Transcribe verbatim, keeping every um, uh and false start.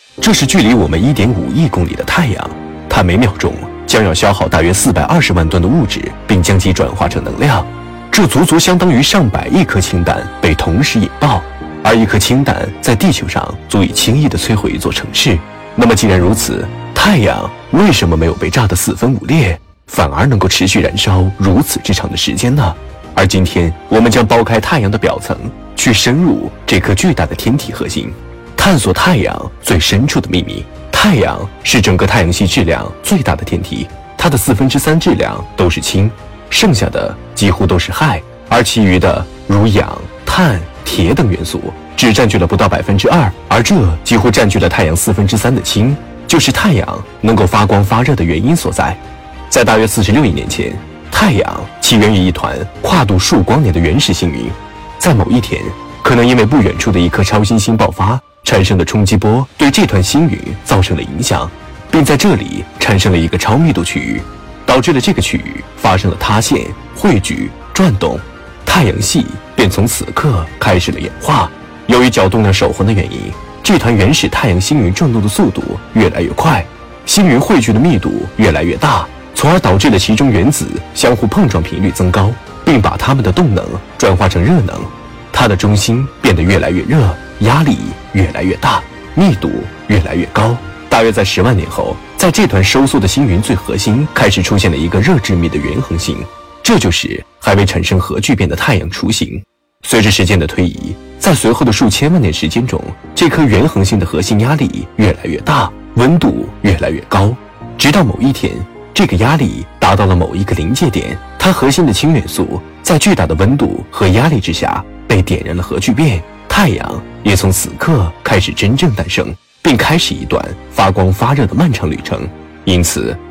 这是距离我们 一点五亿公里的太阳，它每秒钟将要消耗大约四百二十万吨的物质，并将其转化成能量。这足足相当于上百亿颗氢弹被同时引爆，而一颗氢弹在地球上足以轻易地摧毁一座城市。那么既然如此，太阳为什么没有被炸得四分五裂，反而能够持续燃烧如此之长的时间呢？而今天我们将剥开太阳的表层，去深入这颗巨大的天体核心，探索太阳最深处的秘密。太阳是整个太阳系质量最大的天体，它的四分之三质量都是氢，剩下的几乎都是氦，而其余的如氧、碳、铁等元素只占据了不到百分之二，而这几乎占据了太阳四分之三的氢，就是太阳能够发光发热的原因所在。在大约四十六亿年前，太阳起源于一团跨度数光年的原始星云。在某一天，可能因为不远处的一颗超新星爆发产生的冲击波对这团星云造成了影响，并在这里产生了一个超密度区域，导致了这个区域发生了塌陷、汇聚、转动，太阳系便从此刻开始了演化。由于角动量守恒的原因，这团原始太阳星云转动的速度越来越快，星云汇聚的密度越来越大，从而导致了其中原子相互碰撞频率增高，并把它们的动能转化成热能。它的中心变得越来越热，压力越来越大，密度越来越高。大约在十万年后，在这团收缩的星云最核心开始出现了一个热致密的原恒星，这就是还未产生核聚变的太阳雏形。随着时间的推移，在随后的数千万年时间中，这颗原恒星的核心压力越来越大，温度越来越高，直到某一天，这个压力达到了某一个临界点，它核心的氢元素在巨大的温度和压力之下被点燃了核聚变，太阳也从此刻开始真正诞生，并开始一段发光发热的漫长旅程。因此，